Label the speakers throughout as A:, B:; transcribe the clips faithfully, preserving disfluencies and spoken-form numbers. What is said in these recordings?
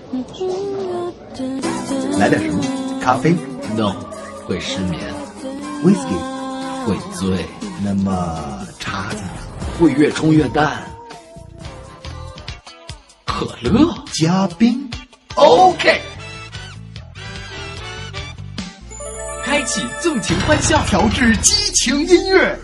A: 来点什么？咖啡
B: ？No， 会失眠。
A: Whisky
B: 会醉。
A: 那么茶子
B: 会越冲越淡。可乐
A: 加冰
B: OK。开启纵情欢笑，
A: 调制激情音乐，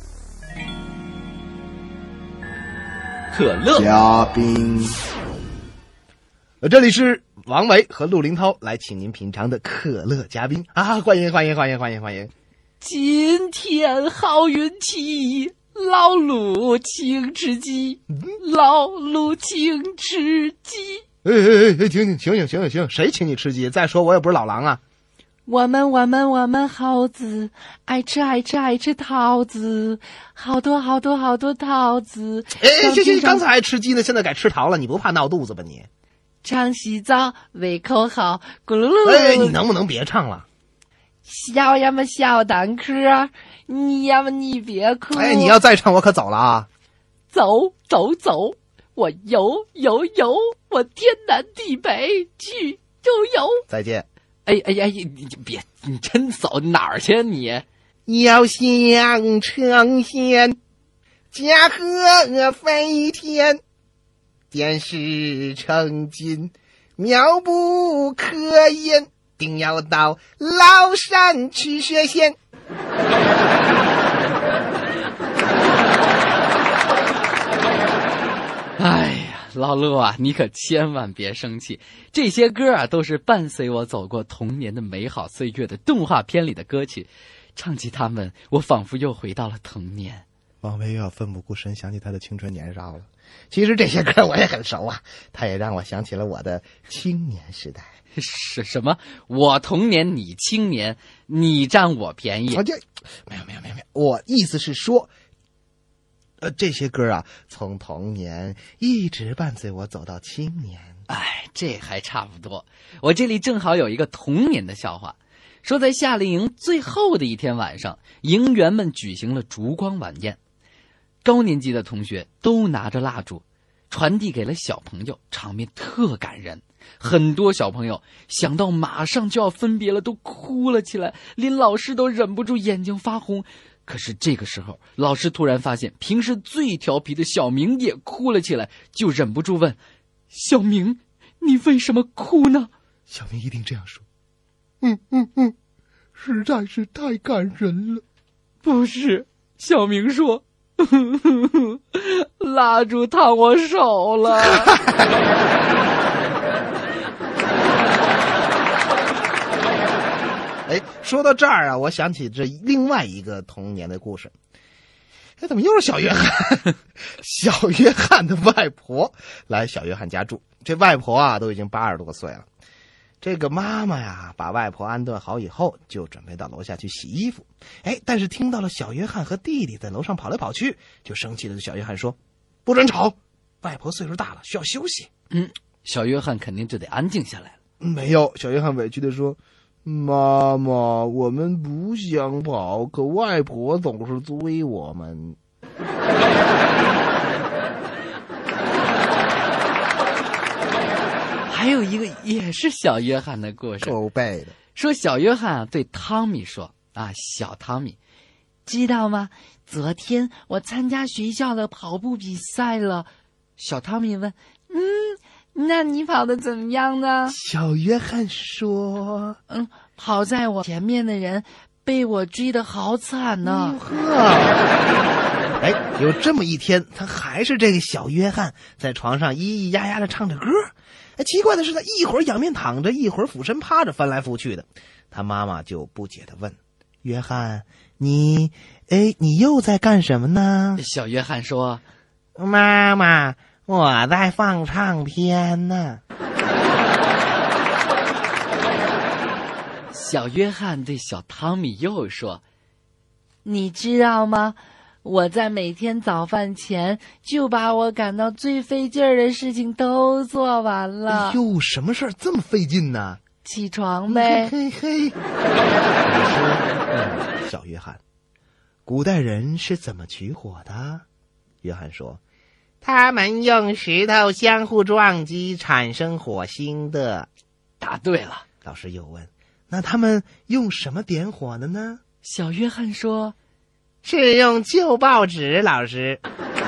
B: 可乐
A: 加冰。呃，这里是王维和陆林涛来请您品尝的可乐加冰啊！欢迎欢迎欢迎欢迎欢迎！
B: 今天好运气，老陆请吃鸡，老陆请吃鸡。
A: 哎哎哎，停停，醒醒醒醒醒！谁请你吃鸡？再说我也不是老狼啊。
B: 我们我们我们猴子爱吃爱吃爱吃桃子，好多好多好多桃子。
A: 哎，行行，刚才还吃鸡呢，现在改吃桃了，你不怕闹肚子吧你？
B: 常洗澡胃口好，咕噜噜。
A: 哎，你能不能别唱了？
B: 小呀嘛小蛋壳，你呀嘛你别哭。
A: 哎，你要再唱我可走了啊！
B: 走走走，我游游游，我天南地北去游游。
A: 再见。
B: 哎哎哎，你别，你真走哪儿去你？
A: 要想成仙，驾鹤飞天，点石成金，妙不可言，定要到崂山去学仙。
B: 哎呀，老陆啊，你可千万别生气，这些歌啊都是伴随我走过童年的美好岁月的动画片里的歌曲，唱起它们，我仿佛又回到了童年。
A: 王维又要奋不顾身想起他的青春年少了。其实这些歌我也很熟啊，他也让我想起了我的青年时代。
B: 是什么？我童年你青年，你占我便宜？
A: 我这没有没有没有没有，我意思是说呃，这些歌啊，从童年一直伴随我走到青年。
B: 哎，这还差不多。我这里正好有一个童年的笑话，说在夏令营最后的一天晚上，营员们举行了烛光晚宴，高年级的同学都拿着蜡烛，传递给了小朋友，场面特感人。很多小朋友想到马上就要分别了，都哭了起来，连老师都忍不住眼睛发红。可是这个时候，老师突然发现平时最调皮的小明也哭了起来，就忍不住问：小明，你为什么哭呢？
A: 小明一定这样说：嗯嗯嗯，实在是太感人了。
B: 不是，小明说：呵呵呵，蜡烛烫我手了。
A: 哎，说到这儿啊，我想起这另外一个童年的故事。哎，怎么又是小约翰？小约翰的外婆来小约翰家住，这外婆啊都已经八十多岁了。这个妈妈呀，把外婆安顿好以后，就准备到楼下去洗衣服。哎，但是听到了小约翰和弟弟在楼上跑来跑去，就生气的对小约翰说：“不准吵，外婆岁数大了，需要休息。”
B: 嗯，小约翰肯定就得安静下来了。
A: 没有，小约翰委屈的说：“妈妈，我们不想跑，可外婆总是追我们。”
B: 还有一个也是小约翰的故事，
A: 够背的。
B: 说小约翰啊对汤米说啊，小汤米，知道吗？昨天我参加学校的跑步比赛了。小汤米问：“嗯，那你跑得怎么样呢？”
A: 小约翰说：“
B: 嗯，跑在我前面的人被我追得好惨呢。”
A: 呵，哎，有这么一天，他还是这个小约翰在床上咿咿呀呀的唱着歌。哎，奇怪的是，他一会儿仰面躺着，一会儿俯身趴着，翻来覆去的。他妈妈就不解的问：“约翰，你，哎，你又在干什么呢？”
B: 小约翰说：“
A: 妈妈，我在放唱片呢。”
B: 小约翰对小汤米又说：“你知道吗？我在每天早饭前就把我感到最费劲儿的事情都做完了。”
A: 哎呦，什么事儿这么费劲呢？
B: 起床呗。
A: 嘿嘿嘿。小约翰，古代人是怎么取火的？约翰说：“ 他们用石头相互撞击产生火星的。
B: 答对了。
A: 老师又问，那他们用什么点火的呢？
B: 小约翰说，
A: 是用旧报纸。老师，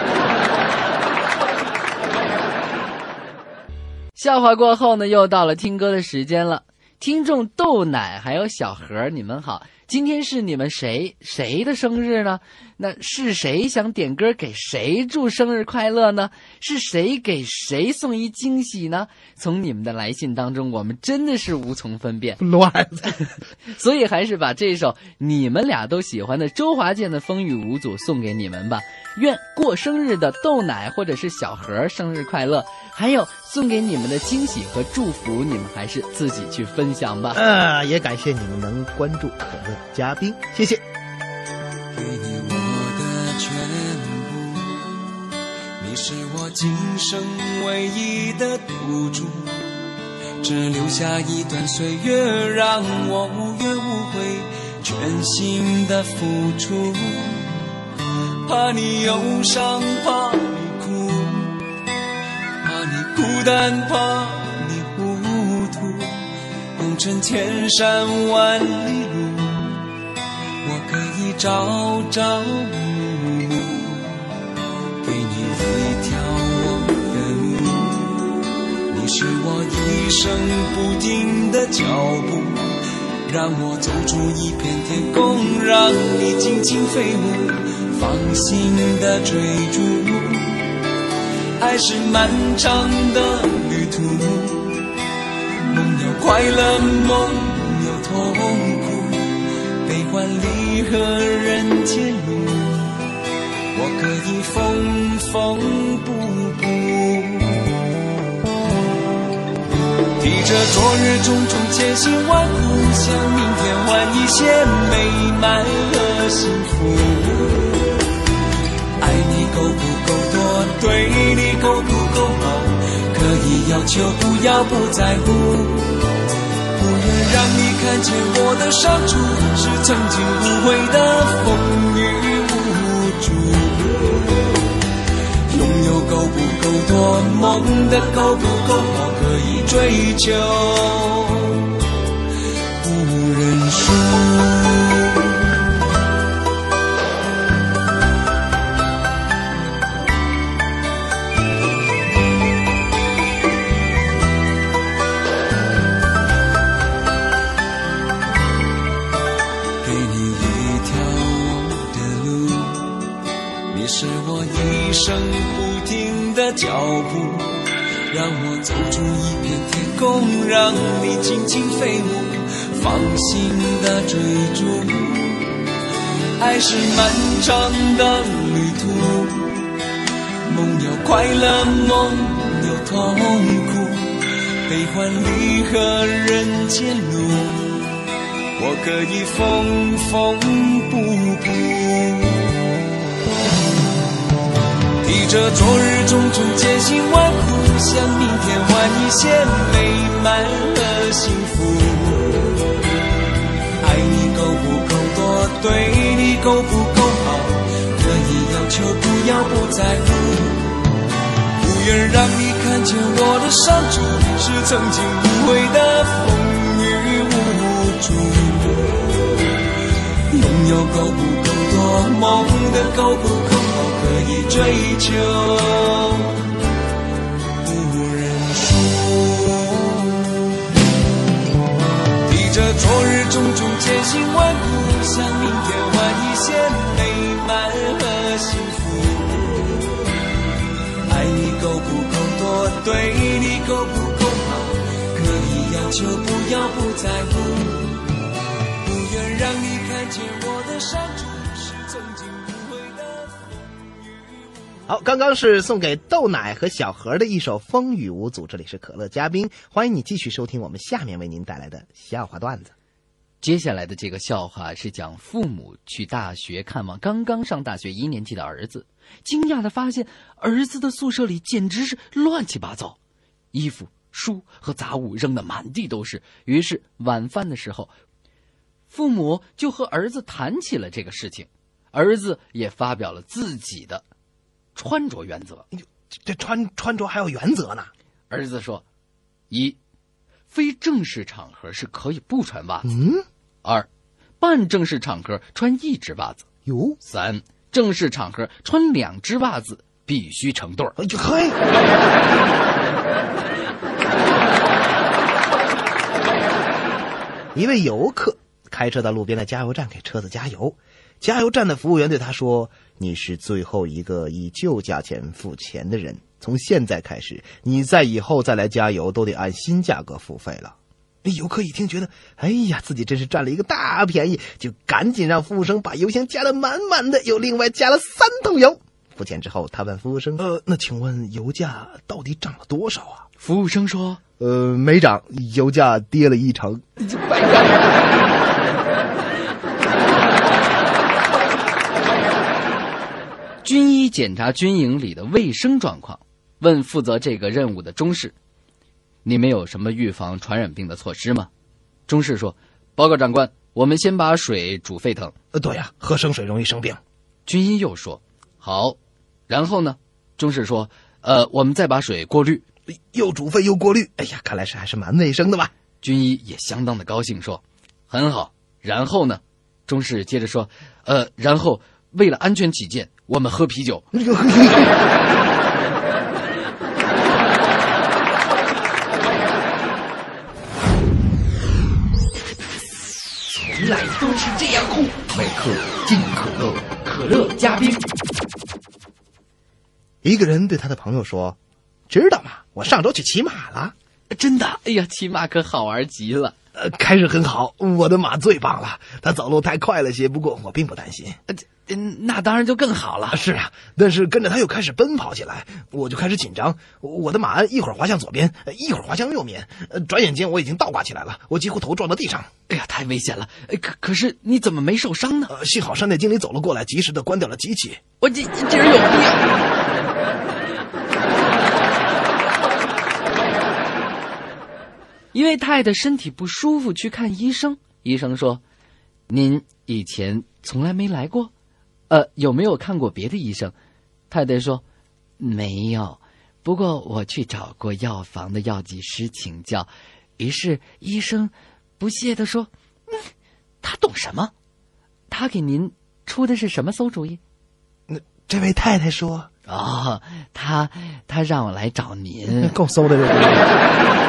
B: 笑话过后呢，又到了听歌的时间了。听众豆奶还有小何，你们好，今天是你们谁谁的生日呢？那是谁想点歌给谁祝生日快乐呢？是谁给谁送一惊喜呢？从你们的来信当中，我们真的是无从分辨，
A: 乱
B: 所以还是把这首你们俩都喜欢的周华健的《风雨无阻》送给你们吧。愿过生日的豆奶或者是小何生日快乐，还有送给你们的惊喜和祝福，你们还是自己去分享吧。
A: 呃，也感谢你们能关注可乐嘉宾，谢谢。
C: 给你我的全部，你是我今生唯一的赌注，只留下一段岁月让我无怨无悔，全心的付出。怕你忧伤，怕你哭，怕你孤单，怕你糊涂，红尘千山万里路，我可以朝朝暮暮，给你一条我的路。你是我一生不停的脚步，让我走出一片天空，让你尽情飞舞，放心的追逐。爱是漫长的旅途，梦有快乐，梦有痛苦，悲欢离合人间路，我可以缝缝补补。提着昨日种种千辛万苦，向明天换一些美满和幸福。爱你够不够多，对你够不够好，可以要求，不要不在乎。不愿让你看见我的伤处，是曾经无悔的风雨无阻。拥有够不够多，梦的够不够好，可以追求，不认输。是我一生不停的脚步，让我走出一片天空，让你尽情飞舞，放心的追逐。爱是漫长的旅途，梦有快乐，梦有痛苦，悲欢离合人间路，我可以缝缝补补。提着昨日种种艰辛万苦，向明天换一些美满和幸福。爱你够不够多，对你够不够好，可以要求，不要不在乎。不愿让你看见我的伤处，是曾经无悔的风雨无阻。拥有够不够多，梦的够不够好，可以追求，不认输。提着昨日种种艰辛万苦，向明天换一些美满和幸福。爱你够不够多，对你够不够好，可以要求，不要不在乎。不愿让你看见我的伤处，是曾经无悔的风雨无阻。
A: 好，刚刚是送给豆奶和小何的一首《风雨无阻》，这里是可乐嘉宾，欢迎你继续收听我们下面为您带来的笑话段子。
B: 接下来的这个笑话是讲父母去大学看望刚刚上大学一年级的儿子，惊讶地发现儿子的宿舍里简直是乱七八糟，衣服、书和杂物扔得满地都是。于是晚饭的时候，父母就和儿子谈起了这个事情，儿子也发表了自己的穿着原则。
A: 这穿穿着还有原则呢。
B: 儿子说：一，非正式场合是可以不穿袜子。
A: 嗯。
B: 二，半正式场合穿一只袜子。
A: 哟。
B: 三，正式场合穿两只袜子，必须成对儿。
A: 哎呦嘿！一位游客开车到路边的加油站给车子加油，加油站的服务员对他说：你是最后一个以旧价钱付钱的人，从现在开始，你在以后再来加油都得按新价格付费了。游客一听觉得，哎呀，自己真是占了一个大便宜，就赶紧让服务生把油箱加得满满的，又另外加了三桶油。付钱之后，他问服务生：呃，那请问油价到底涨了多少啊？
B: 服务生说：
A: 呃，没涨，油价跌了一成。
B: 军医检查军营里的卫生状况，问负责这个任务的中士：你们有什么预防传染病的措施吗？中士说：报告长官，我们先把水煮沸腾。
A: 呃，对呀，喝生水容易生病。
B: 军医又说：好，然后呢？中士说：呃，我们再把水过滤。
A: 又煮沸又过滤，哎呀，看来是还是蛮卫生的吧。
B: 军医也相当的高兴，说：很好，然后呢？中士接着说：呃，然后为了安全起见，我们喝啤酒。从来都是这样酷，每克尽可乐，可乐加冰。
A: 一个人对他的朋友说：知道吗？我上周去骑马了。
B: 真的？哎呀，骑马可好玩极了。
A: 呃，开始很好，我的马最棒了，它走路太快了些，不过我并不担心。
B: 呃，那当然就更好了。
A: 是啊，但是跟着它又开始奔跑起来，我就开始紧张。我的马一会儿滑向左边，一会儿滑向右边，呃，转眼间我已经倒挂起来了，我几乎头撞到地上。
B: 哎呀，太危险了！可可是你怎么没受伤呢？
A: 呃，幸好山内经理走了过来，及时的关掉了机器。
B: 我这这人有病。因为太太身体不舒服去看医生，医生说：您以前从来没来过？呃，有没有看过别的医生？太太说：没有，不过我去找过药房的药剂师请教。于是医生不屑地说：嗯，他懂什么？他给您出的是什么馊主意？
A: 那这位太太说：
B: 哦，他他让我来找您。
A: 够馊的人。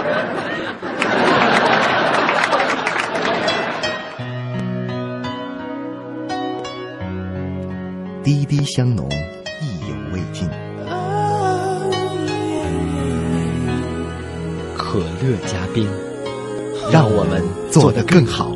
A: 滴滴香浓，意犹未尽。
B: 可乐加冰，
A: 让我们做得更好。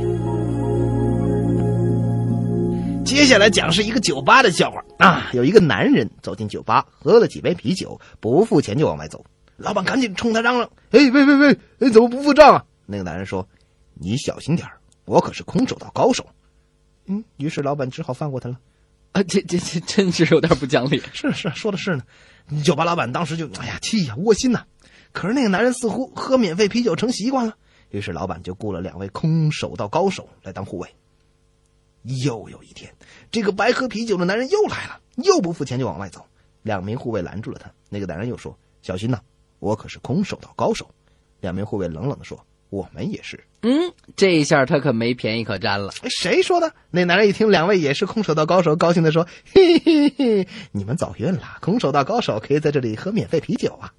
A: 接下来讲是一个酒吧的笑话啊！有一个男人走进酒吧，喝了几杯啤酒，不付钱就往外走。老板赶紧冲他嚷嚷：“哎，喂喂喂，你怎么不付账啊？”那个男人说：“你小心点，我可是空手道高手。”嗯，于是老板只好放过他了。
B: 啊，这这这真是有点不讲理。
A: 是是，说的是呢。酒吧老板当时就哎呀气呀窝心呐。可是那个男人似乎喝免费啤酒成习惯了，于是老板就雇了两位空手道高手来当护卫。又有一天，这个白喝啤酒的男人又来了，又不付钱就往外走。两名护卫拦住了他。那个男人又说：“小心呐，我可是空手道高手。”两名护卫冷冷地说：“我们也是。”
B: 嗯，这一下他可没便宜可占了。
A: 谁说的？那男人一听两位也是空手道高手，高兴地说：“嘿嘿嘿，你们走运了，空手道高手可以在这里喝免费啤酒啊。”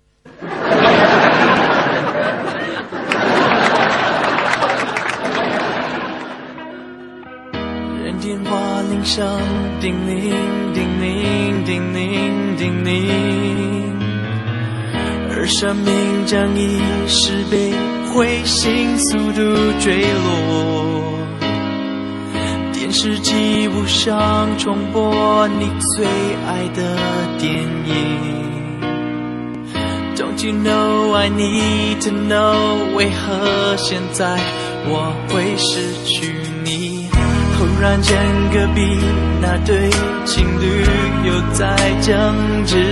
C: 任电话铃声叮铃叮铃叮铃叮铃，而生命正以十倍彗星速度坠落。电视机无声重播你最爱的电影。Don't you know I need to know 为何现在我会失去你？忽然间隔壁那对情侣又在争执，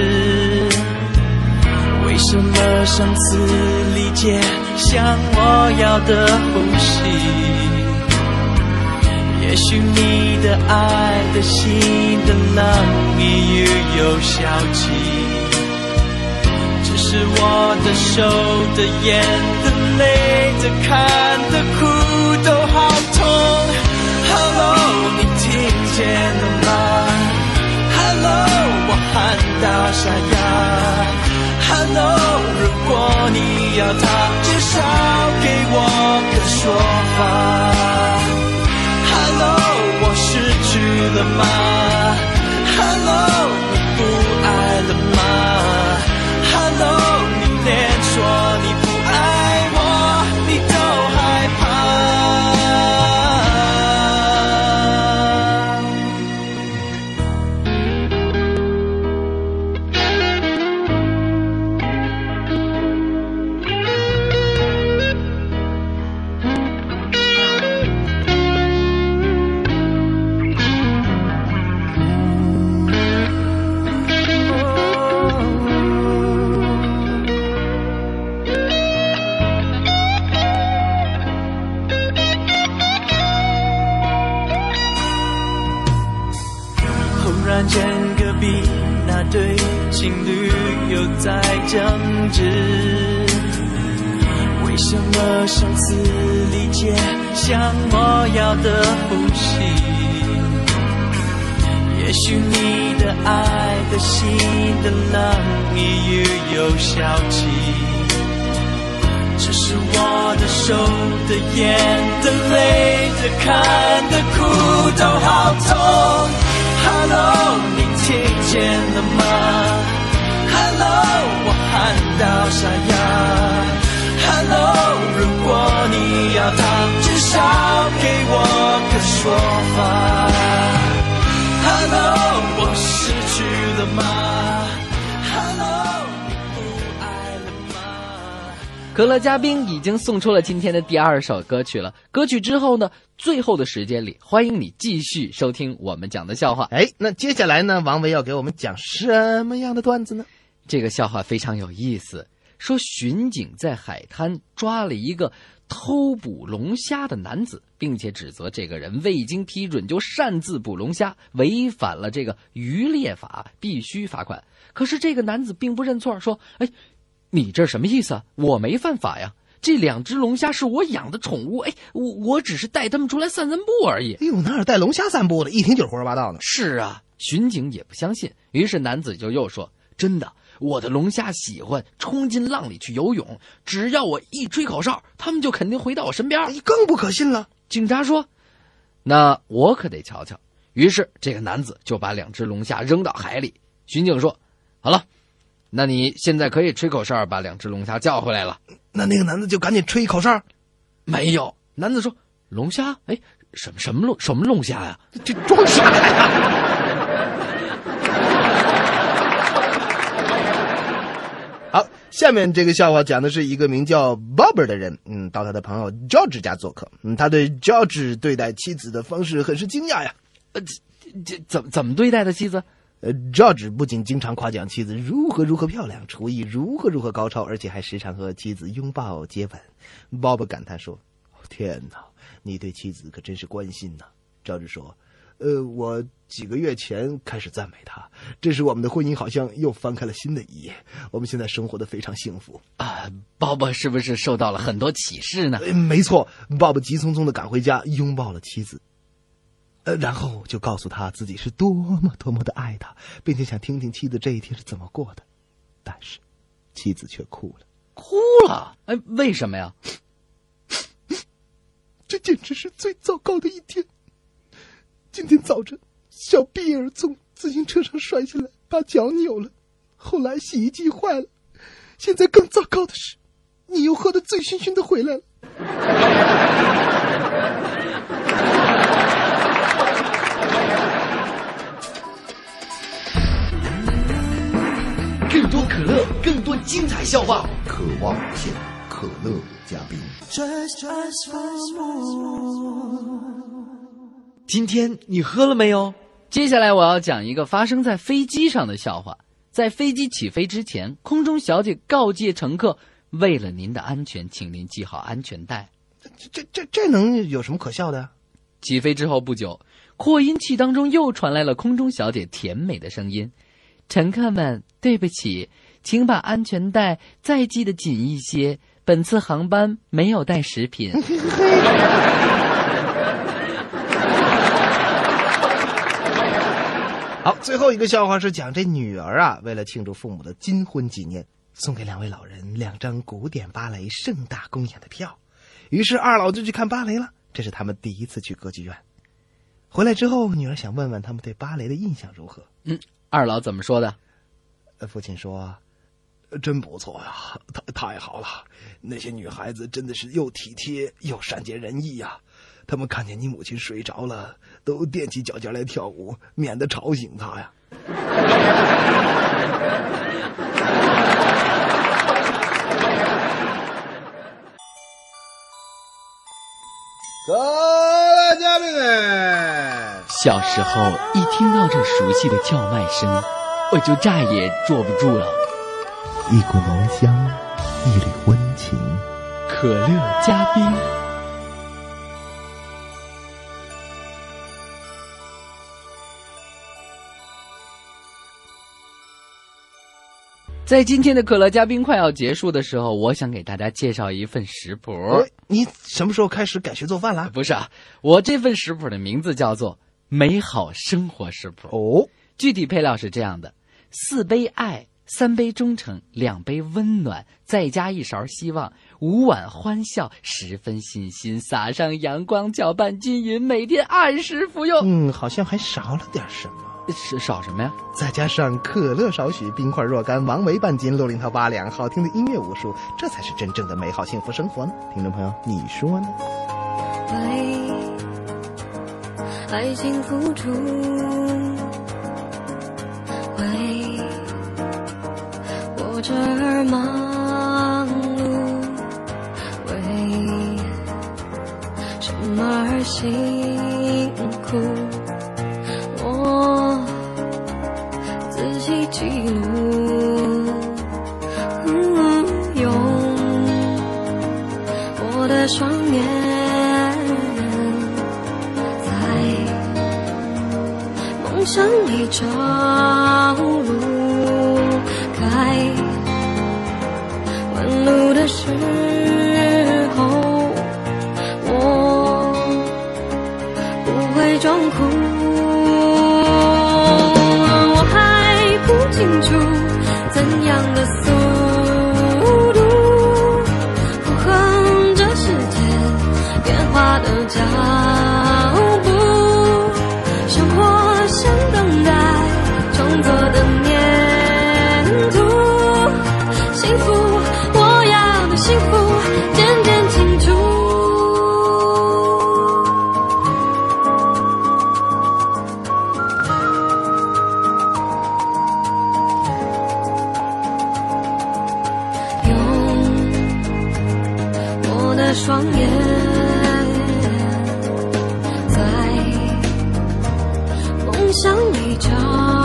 C: 为什么声嘶力竭像我要的呼吸？也许你的爱的心的冷意又有消极。 是我的手的眼的泪的看的哭都好痛。 Hello， 你听见了吗？ Hello， 我喊到沙哑。 Hello， 如果你要他，至少给我个说法。 Hello， 我失去了吗？ Hello， 你不爱了吗？ Hello， 你连说你不爱我，你都害怕。忽然间隔壁那对情侣又在争执，为什么声嘶力竭像我要的呼吸？也许你的爱的心的冷意愈有消极，只是我的手的眼的泪的看的哭都好痛。Hello， 你听见了吗？ Hello， 我喊到沙哑。Hello， 如果你要他，至少给我个说法。Hello， 我失去了吗？ Hello， 你不爱了吗？
B: 可乐嘉宾已经送出了今天的第二首歌曲了。歌曲之后呢，最后的时间里，欢迎你继续收听我们讲的笑话。
A: 哎，那接下来呢，王维要给我们讲什么样的段子呢？
B: 这个笑话非常有意思，说巡警在海滩抓了一个偷捕龙虾的男子，并且指责这个人未经批准就擅自捕龙虾，违反了这个渔猎法，必须罚款。可是这个男子并不认错，说：“哎，你这什么意思啊？我没犯法呀。这两只龙虾是我养的宠物，哎，我我只是带它们出来散散步而已。”
A: 哎呦，哪有带龙虾散步的？一听就是胡说八道的。
B: 是啊，巡警也不相信，于是男子就又说：“真的，我的龙虾喜欢冲进浪里去游泳，只要我一吹口哨，它们就肯定回到我身边。”
A: 哎，更不可信了。
B: 警察说：“那我可得瞧瞧。”于是这个男子就把两只龙虾扔到海里。巡警说：“好了，那你现在可以吹口哨把两只龙虾叫回来了。”
A: 那那个男的就赶紧吹一口哨。
B: 没有，男子说：“龙虾？哎，什么什么龙什么龙虾呀？
A: 这装傻呀！”好，下面这个笑话讲的是一个名叫 Bob 的人，嗯，到他的朋友 George 家做客，嗯，他对 George 对待妻子的方式很是惊讶呀。
B: 呃，这这怎怎么对待的妻子？
A: 呃 ，George 不仅经常夸奖妻子如何如何漂亮，厨艺如何如何高超，而且还时常和妻子拥抱接吻。Bob 感叹说：“天哪，你对妻子可真是关心呐。” George 说：“呃，我几个月前开始赞美她，这时我们的婚姻好像又翻开了新的一页。我们现在生活得非常幸福
B: 啊。”鲍勃是不是受到了很多启示呢？
A: 呃、没错，Bob急匆匆地赶回家，拥抱了妻子。呃，然后就告诉他自己是多么多么的爱他，并且想听听妻子这一天是怎么过的。但是，妻子却哭了，
B: 哭了？哎，为什么呀？
A: 这简直是最糟糕的一天。今天早晨，小比尔从自行车上摔下来，把脚扭了。后来洗衣机坏了，现在更糟糕的是，你又喝得醉醺醺的回来了。
B: 更多可乐，更多精彩笑话，
A: 渴望见可乐嘉宾。
B: 今天你喝了没有？接下来我要讲一个发生在飞机上的笑话。在飞机起飞之前，空中小姐告诫乘客，为了您的安全，请您系好安全带。
A: 这这这这能有什么可笑的？
B: 起飞之后不久，扩音器当中又传来了空中小姐甜美的声音：“乘客们，对不起， 请把安全带再系得紧一些，本次航班没有带食品。
A: 好，最后一个笑话是讲这女儿啊，为了庆祝父母的金婚纪念，送给两位老人两张古典芭蕾盛大公演的票。于是二老就去看芭蕾了，这是他们第一次去歌剧院。回来之后，女儿想问问他们对芭蕾的印象如何。
B: 嗯，二老怎么说的？
A: 父亲说：“真不错呀，太太好了，那些女孩子真的是又体贴又善解人意呀。他们看见你母亲睡着了，都踮起脚尖来跳舞，免得吵醒她呀。”各位嘉宾们，
B: 小时候一听到这熟悉的叫卖声，我就再也坐不住了。
A: 一股浓香，一缕温情，
B: 可乐加冰。在今天的可乐加冰快要结束的时候，我想给大家介绍一份食谱。
A: 你什么时候开始改学做饭了？
B: 不是啊，我这份食谱的名字叫做美好生活食谱。
A: 哦，
B: 具体配料是这样的：四杯爱，三杯忠诚，两杯温暖，再加一勺希望，五碗欢笑，十分信心，撒上阳光，搅拌均匀，每天按时服用。
A: 嗯，好像还少了点什么。
B: 是少什么呀？
A: 再加上可乐少许，冰块若干，王维半斤，绿林桃八两，好听的音乐无数，这才是真正的美好幸福生活呢。听众朋友，你说呢？
D: 为爱情付出，为我这儿忙碌，为什么而辛苦？我仔细记录，嗯，用我的双眼在梦想里找路，该问路的时候，我不会装哭。清楚怎样的速度符合这世界变化的脚步，生活像等待创作的粘土，幸福我要的幸福渐渐清楚。双眼在梦想里找